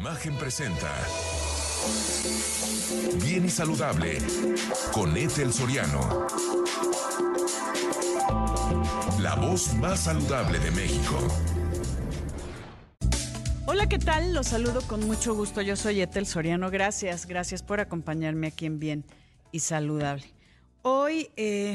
Imagen presenta Bien y Saludable con Ethel Soriano. La voz más saludable de México. Hola, ¿qué tal? Los saludo con mucho gusto. Yo soy Ethel Soriano. Gracias por acompañarme aquí en Bien y Saludable. Hoy,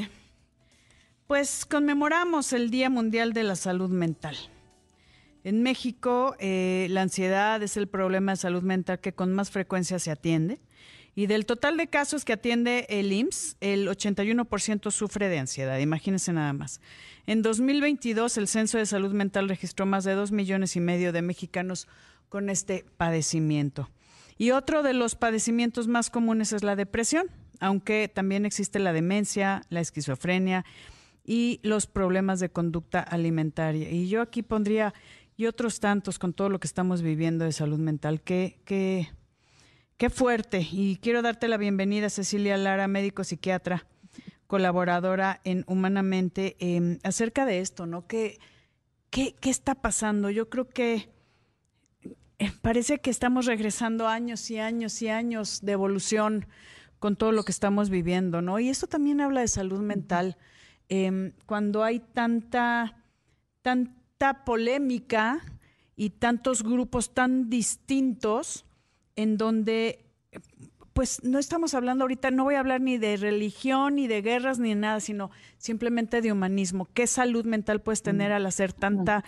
pues conmemoramos el Día Mundial de la Salud Mental. En México, la ansiedad es el problema de salud mental que con más frecuencia se atiende. Y del total de casos que atiende el IMSS, el 81% sufre de ansiedad. Imagínense nada más. En 2022, el Censo de Salud Mental registró más de 2,5 millones de mexicanos con este padecimiento. Y otro de los padecimientos más comunes es la depresión, aunque también existe la demencia, la esquizofrenia y los problemas de conducta alimentaria. Y yo aquí pondría, y otros tantos con todo lo que estamos viviendo de salud mental, qué fuerte. Y quiero darte la bienvenida, Cecilia Lara, médico psiquiatra, colaboradora en Humanamente, acerca de esto, ¿no? ¿Qué está pasando? Yo creo que parece que estamos regresando años y años y años de evolución con todo lo que estamos viviendo, ¿no? Y esto también habla de salud mental. Cuando hay tanta polémica y tantos grupos tan distintos en donde, pues no estamos hablando ahorita, no voy a hablar ni de religión, ni de guerras, ni de nada, sino simplemente de humanismo. ¿Qué salud mental puedes tener al hacer tanto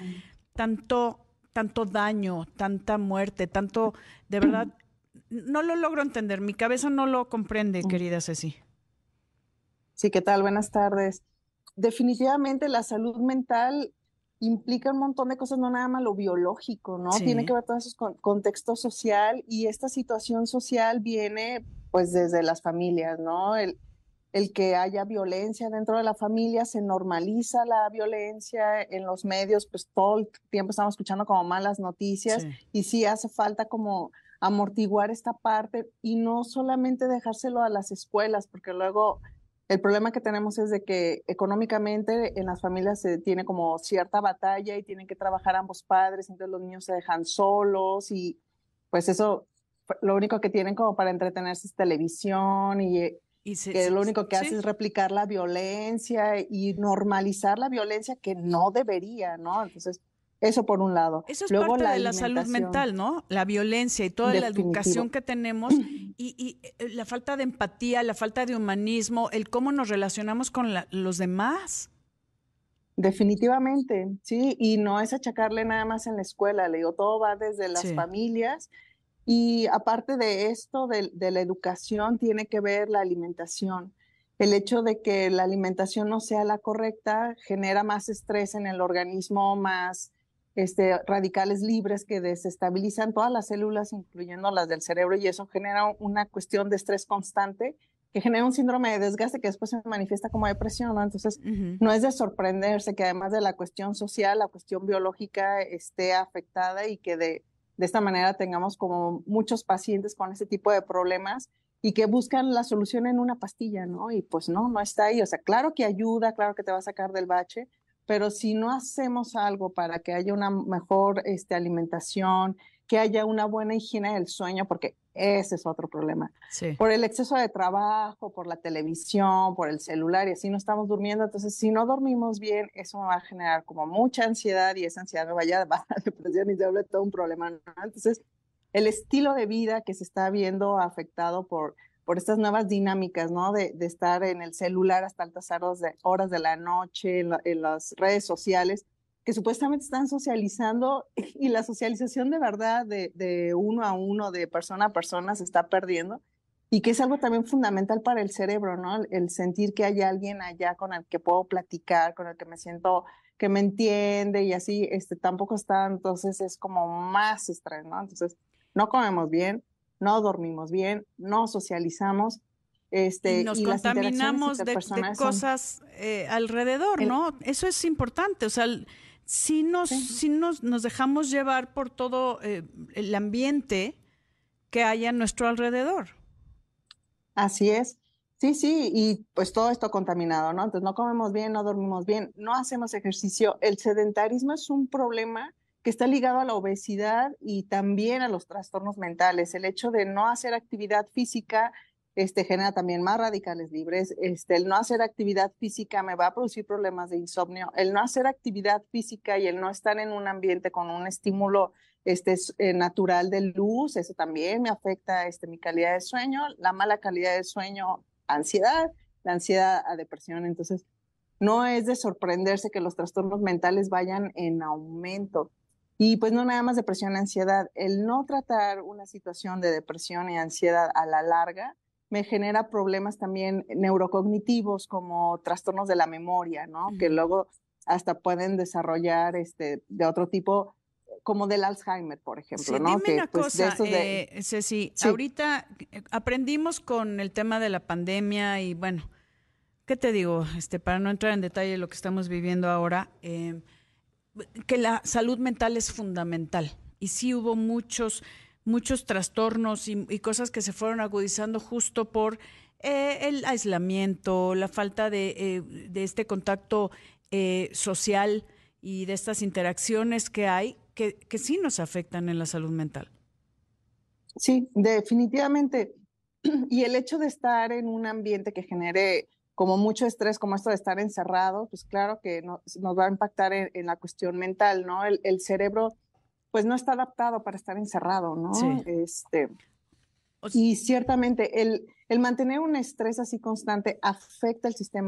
daño, tanta muerte, tanto, de verdad, no lo logro entender, mi cabeza no lo comprende, querida Ceci. Sí, ¿qué tal? Buenas tardes. Definitivamente la salud mental implica un montón de cosas, no nada más lo biológico, ¿no? Sí. Tiene que ver todo ese contexto social, y esta situación social viene pues desde las familias, ¿no? El que haya violencia dentro de la familia, se normaliza la violencia en los medios, pues todo el tiempo estamos escuchando como malas noticias, Sí. y sí hace falta como amortiguar esta parte y no solamente dejárselo a las escuelas, porque luego el problema que tenemos es de que económicamente en las familias se tiene como cierta batalla y tienen que trabajar ambos padres, entonces los niños se dejan solos y pues eso, lo único que tienen como para entretenerse es televisión y que lo único que hace es replicar la violencia y normalizar la violencia que no debería, ¿no? Entonces, eso por un lado. Eso es Luego, parte la de la salud mental, ¿no? La violencia y toda la educación que tenemos y la falta de empatía, la falta de humanismo, el cómo nos relacionamos con los demás. Definitivamente, sí, y no es achacarle nada más en la escuela, le digo, todo va desde las familias. Y aparte de esto, de la educación, tiene que ver la alimentación. El hecho de que la alimentación no sea la correcta genera más estrés en el organismo, más radicales libres que desestabilizan todas las células, incluyendo las del cerebro, y eso genera una cuestión de estrés constante que genera un síndrome de desgaste que después se manifiesta como depresión, ¿no? Entonces, no es de sorprenderse que además de la cuestión social, la cuestión biológica esté afectada y que de esta manera tengamos como muchos pacientes con ese tipo de problemas y que buscan la solución en una pastilla, ¿no? Y pues no está ahí. O sea, claro que ayuda, claro que te va a sacar del bache, pero si no hacemos algo para que haya una mejor alimentación, que haya una buena higiene del sueño, porque ese es otro problema. Sí. Por el exceso de trabajo, por la televisión, por el celular, y así no estamos durmiendo. Entonces, si no dormimos bien, eso me va a generar como mucha ansiedad, y esa ansiedad me vaya a la depresión y se vuelve todo un problema, ¿no? Entonces, el estilo de vida que se está viendo afectado por estas nuevas dinámicas, ¿no? De estar en el celular hasta altas horas de la noche, en las redes sociales, que supuestamente están socializando, y la socialización de verdad de uno a uno, de persona a persona, se está perdiendo, y que es algo también fundamental para el cerebro, ¿no? El sentir que hay alguien allá con el que puedo platicar, con el que me siento que me entiende, y así tampoco está, entonces es como más estrés, ¿no? Entonces, no comemos bien, no dormimos bien, no socializamos, y nos y las contaminamos interpersonales de cosas alrededor, ¿no? Eso es importante, o sea, si nos dejamos llevar por todo el ambiente que hay a nuestro alrededor. Así es. Sí, y pues todo esto contaminado, ¿no? Entonces no comemos bien, no dormimos bien, no hacemos ejercicio. El sedentarismo es un problema que está ligado a la obesidad y también a los trastornos mentales. El hecho de no hacer actividad física genera también más radicales libres. El no hacer actividad física me va a producir problemas de insomnio. El no hacer actividad física y el no estar en un ambiente con un estímulo natural de luz, eso también me afecta mi calidad de sueño. La mala calidad de sueño, ansiedad, la ansiedad a depresión. Entonces, no es de sorprenderse que los trastornos mentales vayan en aumento. Y pues no nada más depresión, ansiedad. El no tratar una situación de depresión y ansiedad a la larga me genera problemas también neurocognitivos como trastornos de la memoria, ¿no? Que luego hasta pueden desarrollar de otro tipo, como del Alzheimer, por ejemplo, sí, ¿no? Dime una cosa, Sí. Ceci, ahorita aprendimos con el tema de la pandemia y bueno, ¿qué te digo? Para no entrar en detalle de lo que estamos viviendo ahora, que la salud mental es fundamental. Y sí hubo muchos trastornos y cosas que se fueron agudizando justo por el aislamiento, la falta de este contacto social y de estas interacciones que hay que sí nos afectan en la salud mental. Sí, definitivamente. Y el hecho de estar en un ambiente que genere como mucho estrés, como esto de estar encerrado, pues claro que nos va a impactar en la cuestión mental, ¿no? El cerebro, pues no está adaptado para estar encerrado, ¿no? Sí. Y ciertamente el mantener un estrés así constante afecta el sistema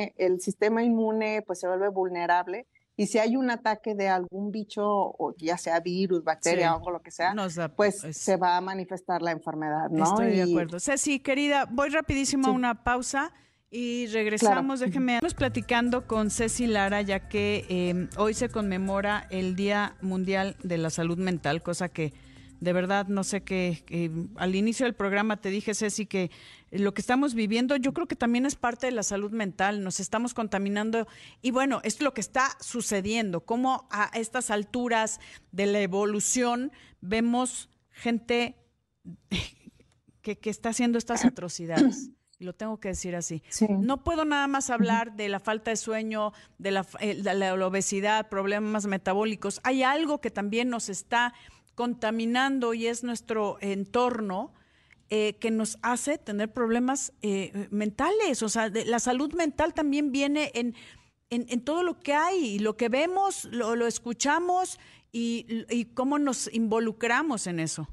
inmune pues se vuelve vulnerable. Y si hay un ataque de algún bicho, o ya sea virus, bacteria, sí, hongo, lo que sea, pues se va a manifestar la enfermedad, ¿no? Estoy de acuerdo. Ceci, querida, voy rapidísimo a una pausa y regresamos. Claro. Déjeme, estamos platicando con Ceci Lara, ya que hoy se conmemora el Día Mundial de la Salud Mental, cosa que de verdad no sé qué. Al inicio del programa te dije, Ceci, que lo que estamos viviendo yo creo que también es parte de la salud mental. Nos estamos contaminando y bueno, es lo que está sucediendo. Cómo a estas alturas de la evolución vemos gente que está haciendo estas atrocidades. Y lo tengo que decir así. Sí. No puedo nada más hablar de la falta de sueño, de la obesidad, problemas metabólicos. Hay algo que también nos está contaminando y es nuestro entorno que nos hace tener problemas mentales. O sea, la salud mental también viene en todo lo que hay, y lo que vemos, lo escuchamos y cómo nos involucramos en eso.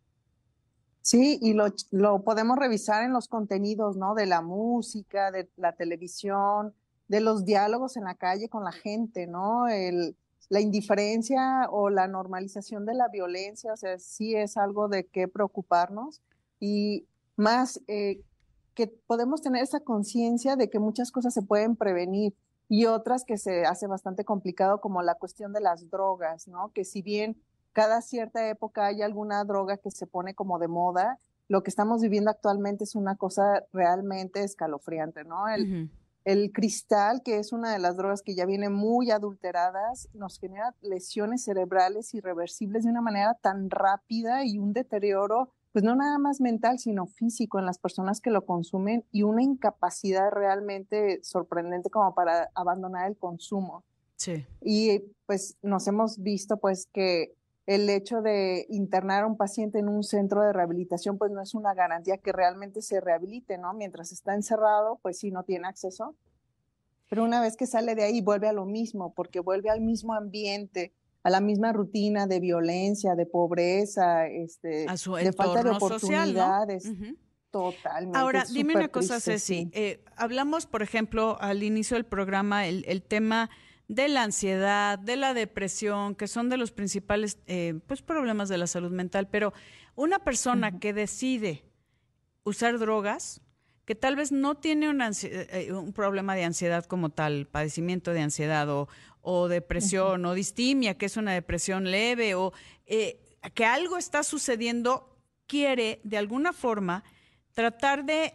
Sí, y lo podemos revisar en los contenidos, ¿no? De la música, de la televisión, de los diálogos en la calle con la gente, ¿no? La indiferencia o la normalización de la violencia, o sea, sí es algo de qué preocuparnos y más que podemos tener esa conciencia de que muchas cosas se pueden prevenir y otras que se hace bastante complicado, como la cuestión de las drogas, ¿no? Que si bien cada cierta época hay alguna droga que se pone como de moda, lo que estamos viviendo actualmente es una cosa realmente escalofriante, ¿no? El cristal, que es una de las drogas que ya viene muy adulteradas, nos genera lesiones cerebrales irreversibles de una manera tan rápida y un deterioro, pues no nada más mental, sino físico en las personas que lo consumen y una incapacidad realmente sorprendente como para abandonar el consumo. Sí. Y pues nos hemos visto pues que el hecho de internar a un paciente en un centro de rehabilitación pues no es una garantía que realmente se rehabilite, ¿no? Mientras está encerrado, pues sí, no tiene acceso. Pero una vez que sale de ahí vuelve a lo mismo, porque vuelve al mismo ambiente, a la misma rutina de violencia, de pobreza, a su de falta de oportunidades. Social, ¿no? Uh-huh. Totalmente. Ahora, dime una cosa, triste, Ceci. sí. Hablamos, por ejemplo, al inicio del programa, el tema de la ansiedad, de la depresión, que son de los principales pues, problemas de la salud mental, pero una persona que decide usar drogas, que tal vez no tiene un problema de ansiedad como tal, padecimiento de ansiedad o depresión o distimia, que es una depresión leve, o que algo está sucediendo, quiere de alguna forma tratar de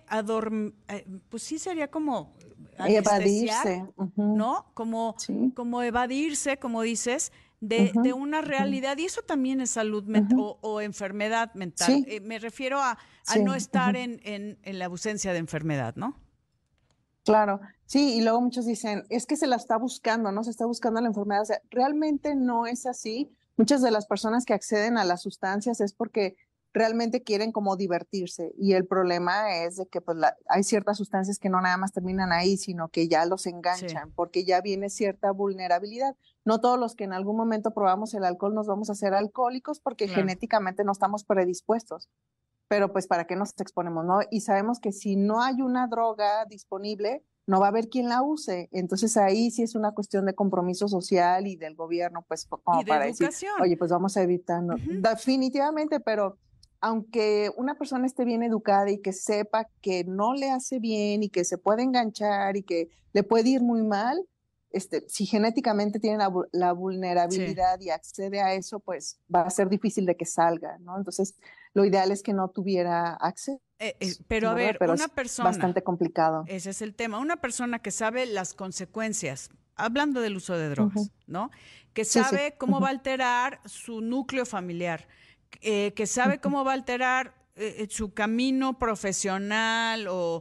pues sí sería como evadirse, ¿no? Como evadirse, como dices, de una realidad, y eso también es salud mental o enfermedad mental. Sí. Me refiero a no estar en la ausencia de enfermedad, ¿no? Claro, sí, y luego muchos dicen, es que se la está buscando, ¿no? Se está buscando la enfermedad. O sea, realmente no es así, muchas de las personas que acceden a las sustancias es porque realmente quieren como divertirse, y el problema es de que pues hay ciertas sustancias que no nada más terminan ahí, sino que ya los enganchan, porque ya viene cierta vulnerabilidad. No todos los que en algún momento probamos el alcohol nos vamos a hacer alcohólicos porque genéticamente no estamos predispuestos, pero pues para qué nos exponemos, ¿no? Y sabemos que si no hay una droga disponible, no va a haber quien la use. Entonces ahí sí es una cuestión de compromiso social y del gobierno, pues como y de para educación. decir, oye, pues vamos a evitarlo. Definitivamente, pero aunque una persona esté bien educada y que sepa que no le hace bien y que se puede enganchar y que le puede ir muy mal, si genéticamente tiene la vulnerabilidad y accede a eso, pues va a ser difícil de que salga, ¿no? Entonces, lo ideal es que no tuviera acceso. Pero a ver, pero una persona, bastante complicado. Ese es el tema, una persona que sabe las consecuencias, hablando del uso de drogas, ¿no? Que sabe cómo va a alterar su núcleo familiar, que sabe cómo va a alterar su camino profesional o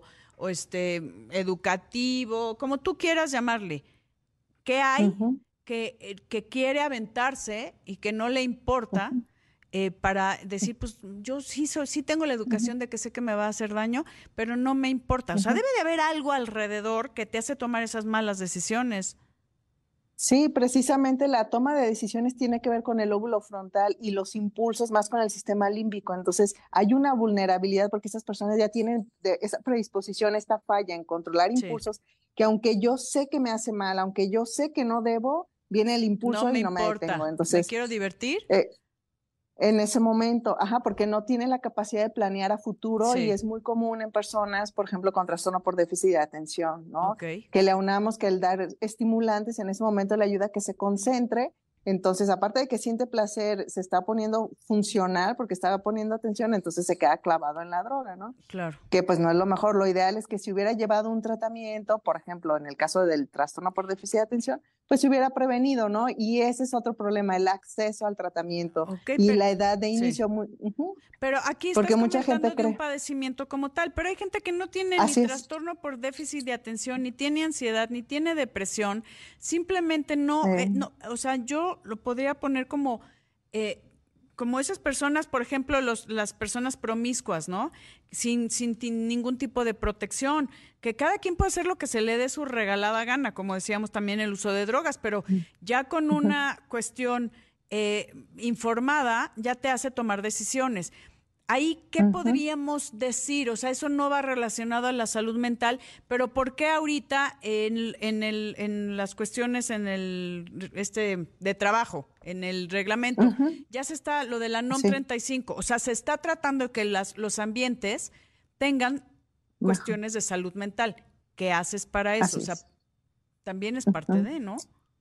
educativo, como tú quieras llamarle. ¿Qué hay que quiere aventarse y que no le importa para decir, pues yo sí tengo la educación de que sé que me va a hacer daño, pero no me importa? O sea, debe de haber algo alrededor que te hace tomar esas malas decisiones. Sí, precisamente la toma de decisiones tiene que ver con el lóbulo frontal y los impulsos más con el sistema límbico. Entonces, hay una vulnerabilidad porque esas personas ya tienen esa predisposición, esta falla en controlar impulsos, que aunque yo sé que me hace mal, aunque yo sé que no debo, viene el impulso y no me detengo. Entonces, ¿me quiero divertir? En ese momento, porque no tiene la capacidad de planear a futuro y es muy común en personas, por ejemplo, con trastorno por déficit de atención, ¿no? Que le aunamos que el dar estimulantes en ese momento le ayuda a que se concentre. Entonces, aparte de que siente placer, se está poniendo funcional porque estaba poniendo atención, entonces se queda clavado en la droga, ¿no? Claro. Que pues no es lo mejor. Lo ideal es que si hubiera llevado un tratamiento, por ejemplo, en el caso del trastorno por déficit de atención, pues se hubiera prevenido, ¿no? Y ese es otro problema, el acceso al tratamiento y la edad de inicio. Pero aquí estás porque mucha gente comentando de un padecimiento como tal, pero hay gente que no tiene ni trastorno por déficit de atención, ni tiene ansiedad, ni tiene depresión, simplemente no, o sea, yo lo podría poner como esas personas, por ejemplo, las personas promiscuas, ¿no? Sin ningún tipo de protección, que cada quien puede hacer lo que se le dé su regalada gana, como decíamos también el uso de drogas, pero ya con una cuestión informada ya te hace tomar decisiones. Ahí, ¿qué podríamos decir? O sea, eso no va relacionado a la salud mental, pero ¿por qué ahorita en las cuestiones de trabajo, en el reglamento, ya se está lo de la NOM 35? O sea, se está tratando de que los ambientes tengan cuestiones de salud mental. ¿Qué haces para eso? O sea, también es parte de, ¿no?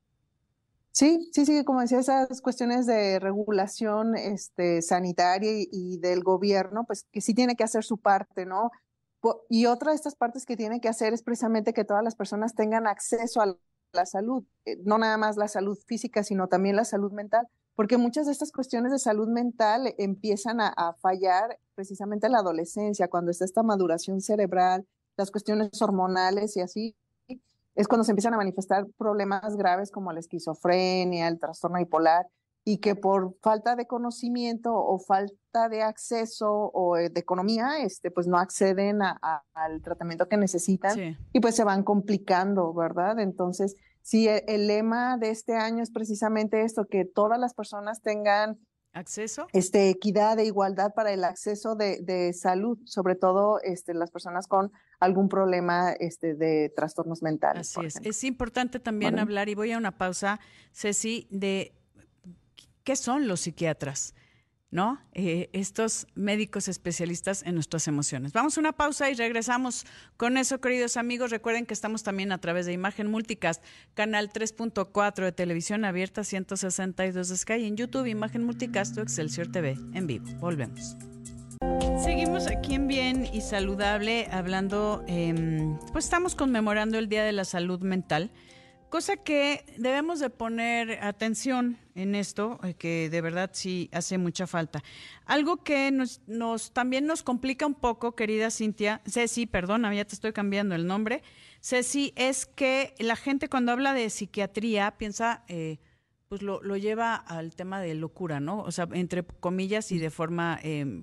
Sí, como decía, esas cuestiones de regulación sanitaria y del gobierno, pues que sí tiene que hacer su parte, ¿no? Y otra de estas partes que tiene que hacer es precisamente que todas las personas tengan acceso a la salud, no nada más la salud física, sino también la salud mental, porque muchas de estas cuestiones de salud mental empiezan a fallar precisamente en la adolescencia, cuando está esta maduración cerebral, las cuestiones hormonales y así. Es cuando se empiezan a manifestar problemas graves como la esquizofrenia, el trastorno bipolar, y que por falta de conocimiento o falta de acceso o de economía, pues no acceden al tratamiento que necesitan y pues se van complicando, ¿verdad? Entonces, sí, el lema de este año es precisamente esto, que todas las personas tengan acceso, equidad e igualdad para el acceso de salud, sobre todo las personas con algún problema de trastornos mentales. Así es. Es importante también hablar, y voy a una pausa, Ceci, de qué son los psiquiatras, ¿no? Estos médicos especialistas en nuestras emociones. Vamos a una pausa y regresamos con eso, queridos amigos. Recuerden que estamos también a través de Imagen Multicast, canal 3.4 de televisión abierta, 162 de Sky, en YouTube, Imagen Multicast o Excelsior TV en vivo. Volvemos. Seguimos aquí en Bien y Saludable hablando, pues estamos conmemorando el Día de la Salud Mental, cosa que debemos de poner atención en esto, que de verdad sí hace mucha falta. Algo que también nos complica un poco, querida Ceci, perdona, ya te estoy cambiando el nombre, Ceci, es que la gente cuando habla de psiquiatría piensa pues lo lleva al tema de locura, ¿no? O sea, entre comillas y de forma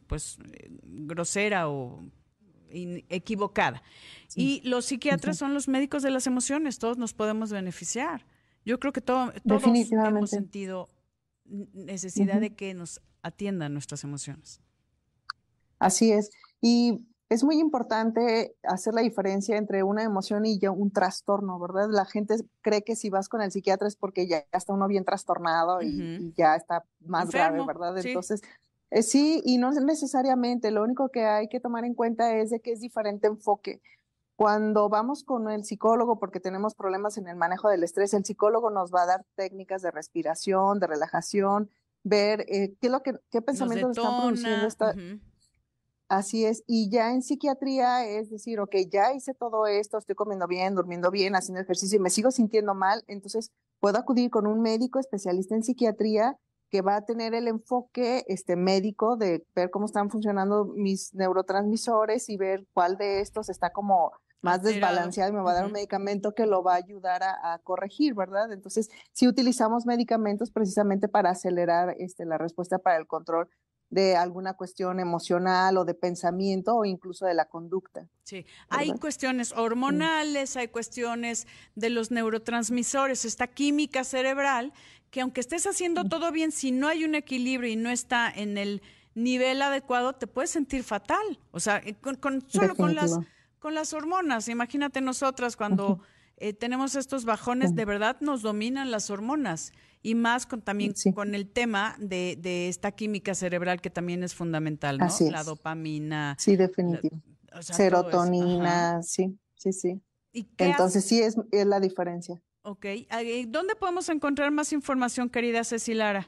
grosera o equivocada. Sí. Y los psiquiatras son los médicos de las emociones, todos nos podemos beneficiar. Yo creo que todos hemos sentido necesidad de que nos atiendan nuestras emociones. Así es. Y es muy importante hacer la diferencia entre una emoción y ya un trastorno, ¿verdad? La gente cree que si vas con el psiquiatra es porque ya está uno bien trastornado y ya está más enfermo, grave, ¿verdad? Sí. Entonces, sí, y no necesariamente. Lo único que hay que tomar en cuenta es de que es diferente enfoque. Cuando vamos con el psicólogo porque tenemos problemas en el manejo del estrés, el psicólogo nos va a dar técnicas de respiración, de relajación, ver qué pensamientos están produciendo esta... Así es, y ya en psiquiatría es decir, ok, ya hice todo esto, estoy comiendo bien, durmiendo bien, haciendo ejercicio y me sigo sintiendo mal, entonces puedo acudir con un médico especialista en psiquiatría que va a tener el enfoque médico de ver cómo están funcionando mis neurotransmisores y ver cuál de estos está como más desbalanceado y me va a dar un medicamento que lo va a ayudar a corregir, ¿verdad? Entonces, sí utilizamos medicamentos precisamente para acelerar la respuesta para el control de alguna cuestión emocional o de pensamiento o incluso de la conducta. Sí, ¿verdad? Hay cuestiones hormonales, hay cuestiones de los neurotransmisores, esta química cerebral, que aunque estés haciendo todo bien, si no hay un equilibrio y no está en el nivel adecuado, te puedes sentir fatal. O sea, solo con las hormonas. Imagínate nosotras cuando tenemos estos bajones, de verdad nos dominan las hormonas. Y más también con el tema de esta química cerebral que también es fundamental, ¿no? Así es. La dopamina. Sí, definitivo. Serotonina, sí. ¿Y entonces sí es la diferencia. Ok. ¿Dónde podemos encontrar más información, querida Ceci Lara?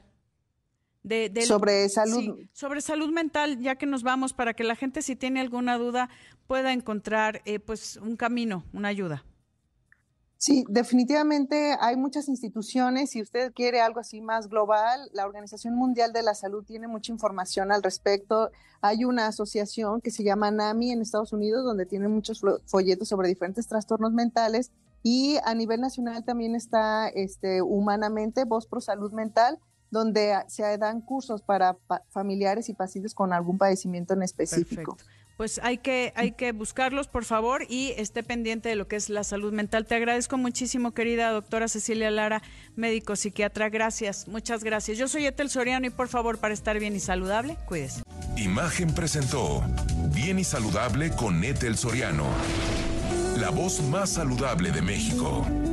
Sobre salud. Sí, sobre salud mental, ya que nos vamos, para que la gente, si tiene alguna duda, pueda encontrar pues un camino, una ayuda. Sí, definitivamente hay muchas instituciones. Si usted quiere algo así más global, la Organización Mundial de la Salud tiene mucha información al respecto. Hay una asociación que se llama NAMI en Estados Unidos, donde tiene muchos folletos sobre diferentes trastornos mentales. Y a nivel nacional también está Humanamente, Voz Pro Salud Mental, donde se dan cursos para familiares y pacientes con algún padecimiento en específico. Perfecto. Pues hay que buscarlos, por favor, y esté pendiente de lo que es la salud mental. Te agradezco muchísimo, querida doctora Cecilia Lara, médico psiquiatra. Gracias, muchas gracias. Yo soy Ethel Soriano y, por favor, para estar bien y saludable, cuídese. Imagen presentó Bien y Saludable con Ethel Soriano, la voz más saludable de México.